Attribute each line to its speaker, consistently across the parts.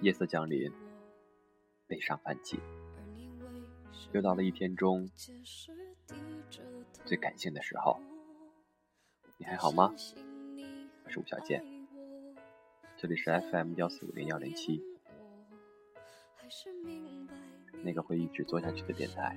Speaker 1: 夜色降临，悲伤泛起，又到了一天中最感性的时候。你还好吗？我是吴小健，这里是 FM1450-107，那个会一直做下去的电台。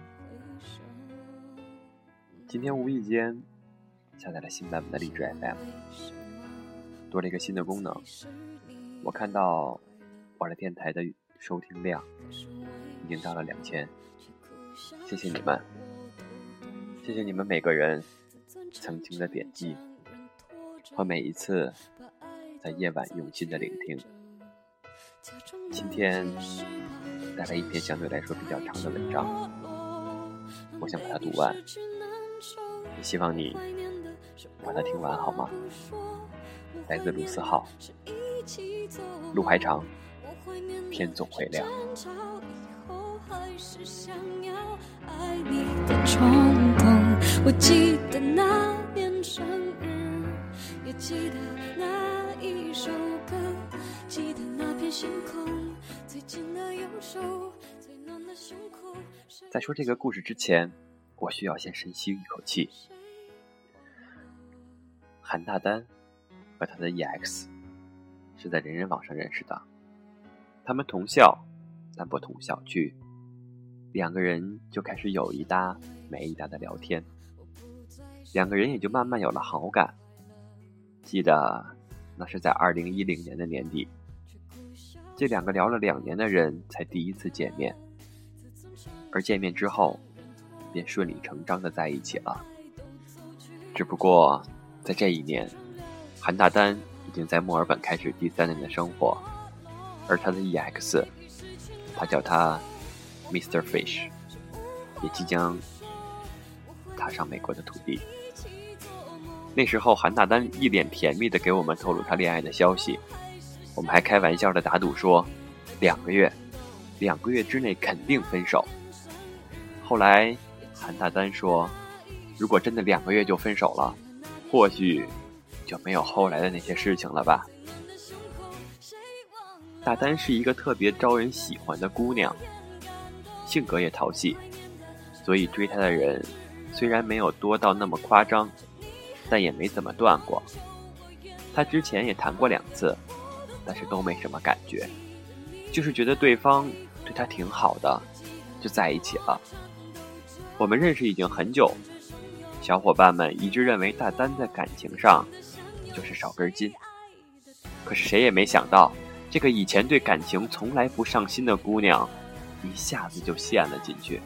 Speaker 1: 今天无意间下载了新版本的荔枝 FM， 多了一个新的功能。我看到我的电台的收听量已经到了2000，谢谢你们，谢谢你们每个人曾经的点击和每一次在夜晚用心的聆听。今天带来一篇相对来说比较长的文章，我想把它读完，也希望你把它听完好吗？来自卢思浩，路还长，天总会亮。
Speaker 2: 我记得那年生日，也记得那一首歌，记得那片星空，最近的右手，最暖的胸口。
Speaker 1: 在说这个故事之前，我需要先深吸一口气。韩大丹和他的 EX 是在人人网上认识的，他们同校但不同小区，两个人就开始有一搭没一搭的聊天，两个人也就慢慢有了好感。记得那是在2010年的年底，这两个聊了2年的人才第一次见面，而见面之后便顺理成章地在一起了。只不过在这一年，韩大丹已经在墨尔本开始第3年的生活，而他的 EX 他叫他 Mr. Fish 也即将踏上美国的土地。那时候韩大丹一脸甜蜜地给我们透露他恋爱的消息，我们还开玩笑地打赌说2个月之内肯定分手。后来韩大丹说，如果真的2个月就分手了，或许就没有后来的那些事情了吧。大丹是一个特别招人喜欢的姑娘，性格也讨喜，所以追她的人虽然没有多到那么夸张，但也没怎么断过。她之前也谈过2次，但是都没什么感觉，就是觉得对方对她挺好的，就在一起了。我们认识已经很久，小伙伴们一致认为大丹在感情上就是少根筋，可是谁也没想到，这个以前对感情从来不上心的姑娘一下子就陷了进去。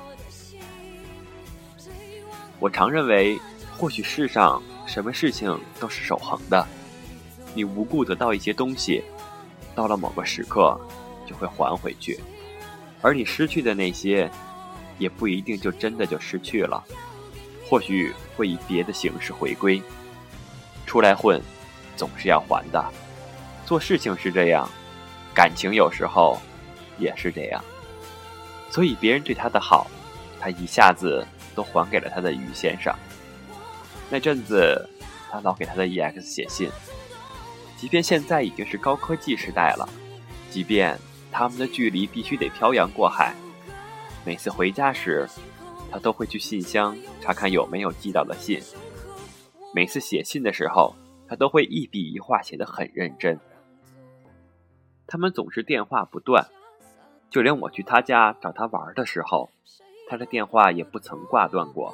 Speaker 1: 我常认为，或许世上什么事情都是守恒的，你无故得到一些东西，到了某个时刻就会还回去，而你失去的那些也不一定就真的就失去了，或许会以别的形式回归。出来混总是要还的，做事情是这样，感情有时候也是这样。所以别人对他的好，他一下子都还给了他的于先生。那阵子他老给他的 EX 写信，即便现在已经是高科技时代了，即便他们的距离必须得漂洋过海，每次回家时他都会去信箱查看有没有寄到的信，每次写信的时候他都会一笔一画写得很认真。他们总是电话不断，就连我去他家找他玩的时候，他的电话也不曾挂断过。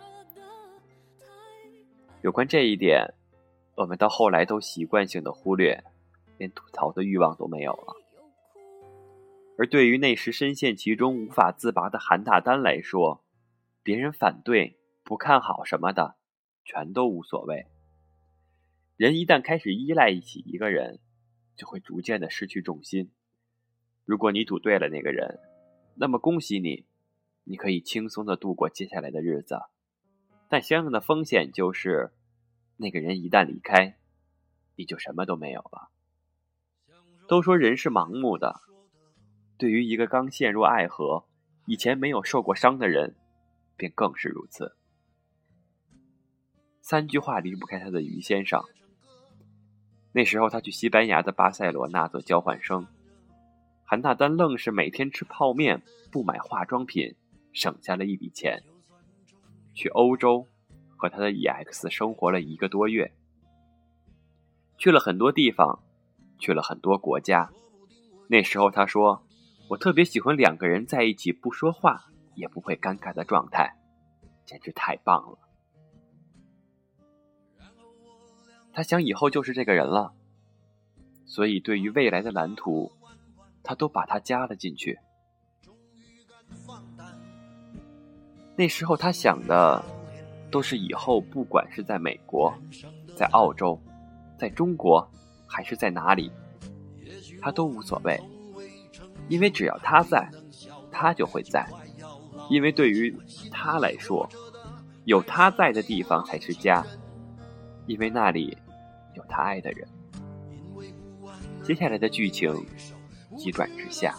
Speaker 1: 有关这一点，我们到后来都习惯性的忽略，连吐槽的欲望都没有了。而对于那时深陷其中无法自拔的韩大丹来说，别人反对不看好什么的全都无所谓。人一旦开始依赖起一个人，就会逐渐的失去重心。如果你赌对了那个人，那么恭喜你，你可以轻松的度过接下来的日子。但相应的风险就是，那个人一旦离开，你就什么都没有了。都说人是盲目的，对于一个刚陷入爱河，以前没有受过伤的人，便更是如此。3句话离不开他的于先生。那时候他去西班牙的巴塞罗那做交换生， 韩大丹愣是每天吃泡面，不买化妆品，省下了一笔钱，去欧洲和他的 EX 生活了1个多月，去了很多地方，去了很多国家。那时候他说，我特别喜欢2个人在一起不说话也不会尴尬的状态，简直太棒了。他想以后就是这个人了，所以对于未来的蓝图，他都把它加了进去。那时候他想的都是以后不管是在美国，在澳洲，在中国，还是在哪里，他都无所谓，因为只要他在，他就会在。因为对于他来说，有他在的地方才是家，因为那里有他爱的人。接下来的剧情急转直下。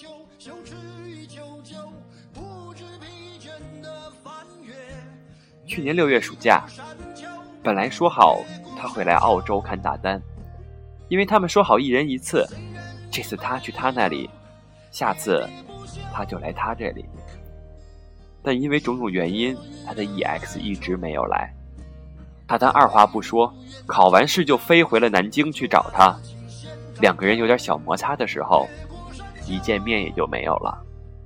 Speaker 1: 去年6月暑假，本来说好他会来澳洲看大丹，因为他们说好1人1次，这次他去他那里，下次他就来他这里。但因为种种原因，他的 EX 一直没有来。大丹二话不说，考完试就飞回了南京去找他。2个人有点小摩擦的时候，一见面也就没有了。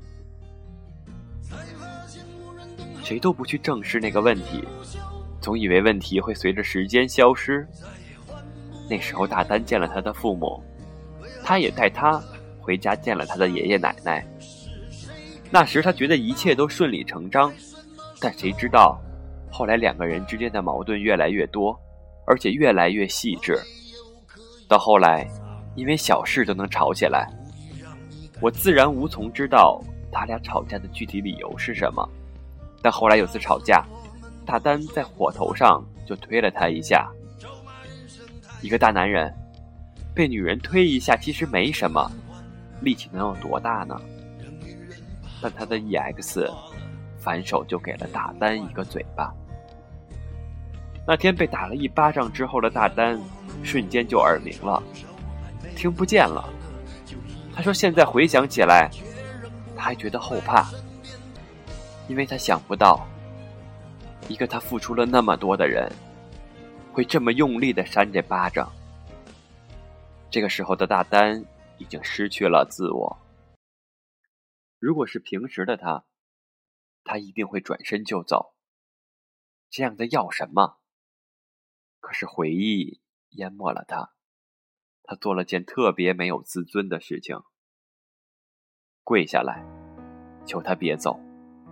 Speaker 1: 谁都不去正视那个问题，总以为问题会随着时间消失。那时候大丹见了他的父母，他也带他回家见了他的爷爷奶奶。那时他觉得一切都顺理成章，但谁知道后来2个人之间的矛盾越来越多，而且越来越细致，到后来因为小事都能吵起来。我自然无从知道他俩吵架的具体理由是什么，但后来有次吵架，大丹在火头上就推了他一下。一个大男人被女人推一下其实没什么，力气能有多大呢？但他的 EX 反手就给了大丹一个嘴巴。那天被打了1巴掌之后的大丹瞬间就耳鸣了，听不见了。他说现在回想起来，他还觉得后怕，因为他想不到一个他付出了那么多的人会这么用力地扇这巴掌。这个时候的大丹已经失去了自我。如果是平时的他，他一定会转身就走，这样的要什么？可是回忆淹没了他，他做了件特别没有自尊的事情，跪下来求他别走。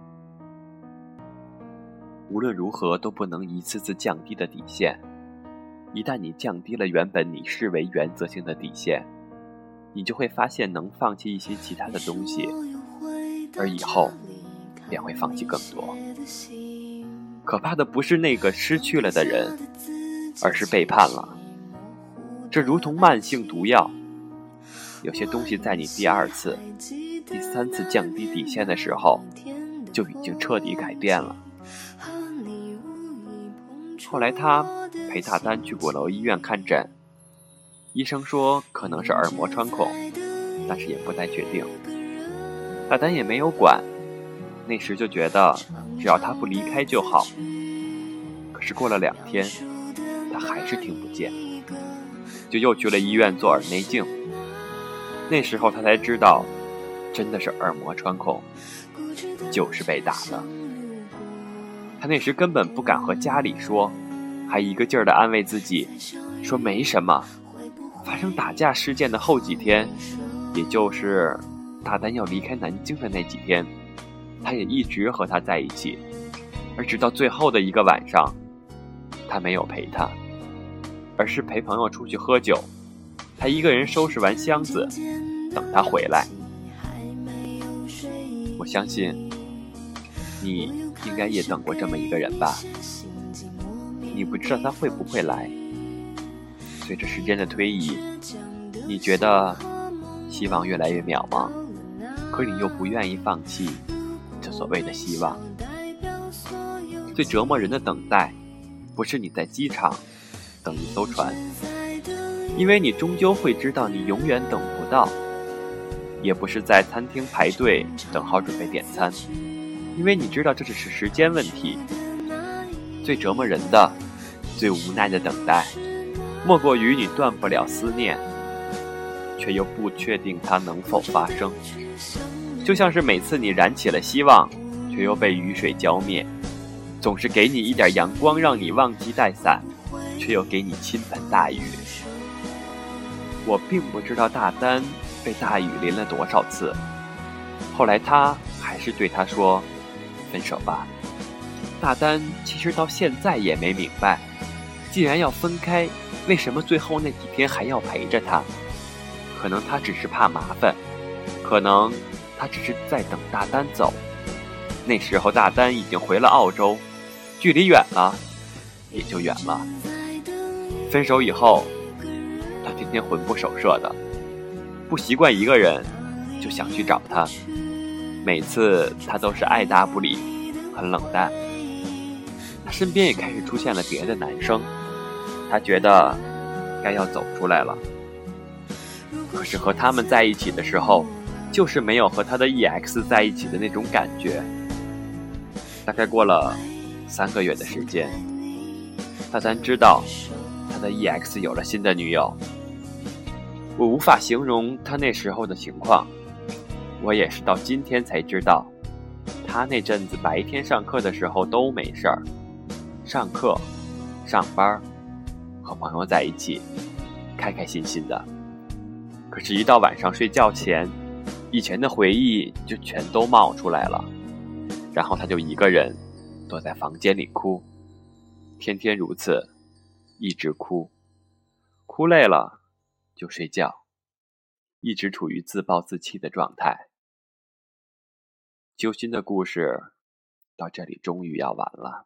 Speaker 1: 无论如何都不能一次次降低的底线，一旦你降低了原本你视为原则性的底线，你就会发现能放弃一些其他的东西，而以后便会放弃更多。可怕的不是那个失去了的人，而是背叛了。这如同慢性毒药，有些东西在你第2次、第3次降低底线的时候，就已经彻底改变了。后来他陪大丹去鼓楼医院看诊，医生说可能是耳膜穿孔，但是也不太确定。大丹也没有管，那时就觉得只要他不离开就好。可是过了2天，他还是听不见，就又去了医院做耳内镜。那时候他才知道，真的是耳膜穿孔，就是被打的。他那时根本不敢和家里说，还一个劲儿地安慰自己，说没什么。发生打架事件的后几天，也就是大丹要离开南京的那几天，他也一直和他在一起。而直到最后的一个晚上，他没有陪他，而是陪朋友出去喝酒。他一个人收拾完箱子，等他回来。我相信你应该也等过这么一个人吧，你不知道他会不会来。随着时间的推移，你觉得希望越来越渺茫，可你又不愿意放弃这所谓的希望。最折磨人的等待，不是你在机场等一艘船，因为你终究会知道你永远等不到， 也不是在餐厅排队等好准备点餐，因为你知道这只是时间问题。最折磨人的，最无奈的等待，莫过于你断不了思念，却又不确定它能否发生。就像是每次你燃起了希望，却又被雨水浇灭，总是给你一点阳光让你忘记带伞，却又给你倾盆大雨。我并不知道大丹被大雨淋了多少次，后来他还是对他说分手吧。大丹其实到现在也没明白，既然要分开，为什么最后那几天还要陪着他？可能他只是怕麻烦，可能他只是在等大丹走。那时候大丹已经回了澳洲，距离远了也就远了。分手以后，他天天魂不守舍的，不习惯一个人就想去找他，每次他都是爱答不理，很冷淡。他身边也开始出现了别的男生，他觉得该要走出来了。可是和他们在一起的时候，就是没有和他的 EX 在一起的那种感觉。大概过了3个月的时间，大丹知道他的 EX 有了新的女友。我无法形容他那时候的情况，我也是到今天才知道，他那阵子白天上课的时候都没事儿，上课、上班，和朋友在一起，开开心心的。可是，一到晚上睡觉前，以前的回忆就全都冒出来了，然后他就一个人躲在房间里哭，天天如此，一直哭，哭累了就睡觉，一直处于自暴自弃的状态。揪心的故事到这里终于要完了。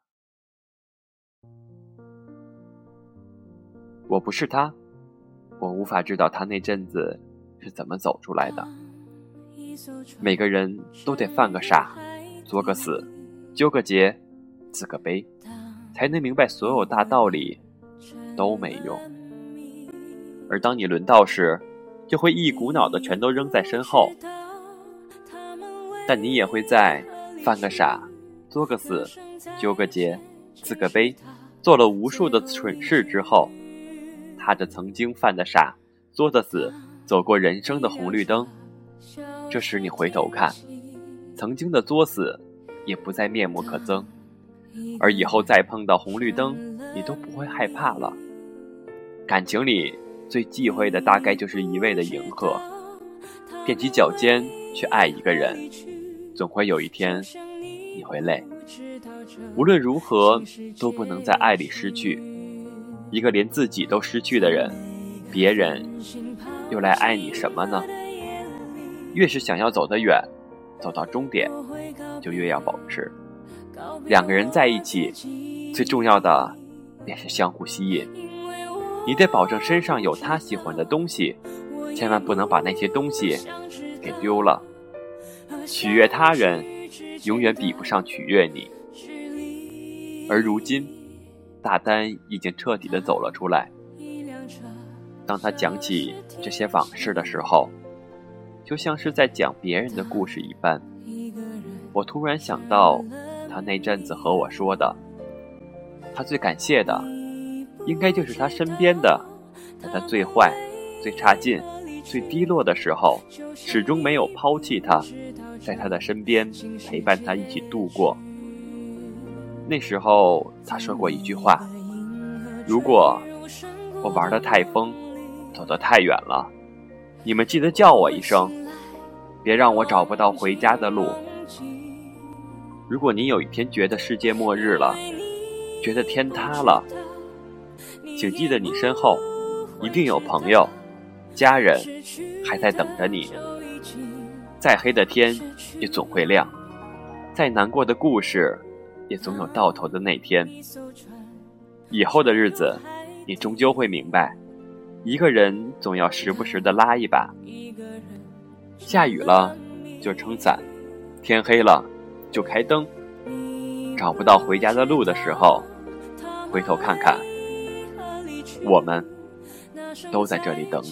Speaker 1: 我不是他，我无法知道他那阵子是怎么走出来的。每个人都得犯个傻，作个死，纠个结，自个悲，才能明白所有大道理都没用。而当你轮到时，就会一股脑的全都扔在身后。但你也会在犯个傻，作个死，纠个结，自个悲，做了无数的蠢事之后，踏着曾经犯的傻，作的死，走过人生的红绿灯。这时你回头看，曾经的作死也不再面目可憎，而以后再碰到红绿灯，你都不会害怕了。感情里最忌讳的大概就是一味的迎合，踮起脚尖去爱一个人，总会有一天你会累。无论如何都不能在爱里失去，一个连自己都失去的人，别人又来爱你什么呢？越是想要走得远，走到终点，就越要保持。两个人在一起，最重要的便是相互吸引。你得保证身上有他喜欢的东西，千万不能把那些东西给丢了。取悦他人，永远比不上取悦你。而如今，大丹已经彻底地走了出来。当他讲起这些往事的时候，就像是在讲别人的故事一般。我突然想到他那阵子和我说的，他最感谢的应该就是他身边的，在他最坏、最差劲、最低落的时候，始终没有抛弃他，在他的身边陪伴他一起度过。那时候他说过一句话，如果我玩得太疯，走得太远了，你们记得叫我一声，别让我找不到回家的路。如果你有一天觉得世界末日了，觉得天塌了，请记得你身后一定有朋友、家人还在等着你。再黑的天也总会亮，再难过的故事也总有到头的那天。以后的日子，你终究会明白，一个人总要时不时地拉一把。下雨了就撑伞，天黑了就开灯。找不到回家的路的时候，回头看看，我们都在这里等你。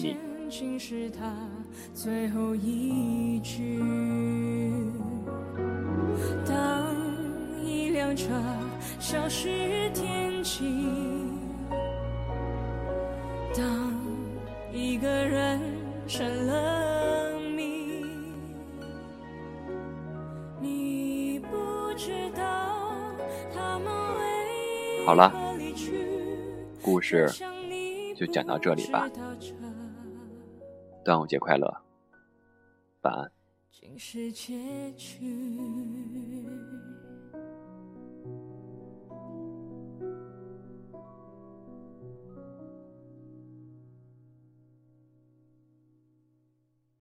Speaker 2: 情是他最后一句。当一辆车消失天际，当一个人成了谜，你不知道他们为
Speaker 1: 好了，
Speaker 2: 何离去，
Speaker 1: 故事就讲到这里吧。端午节快乐，晚安。
Speaker 2: 竟是结局。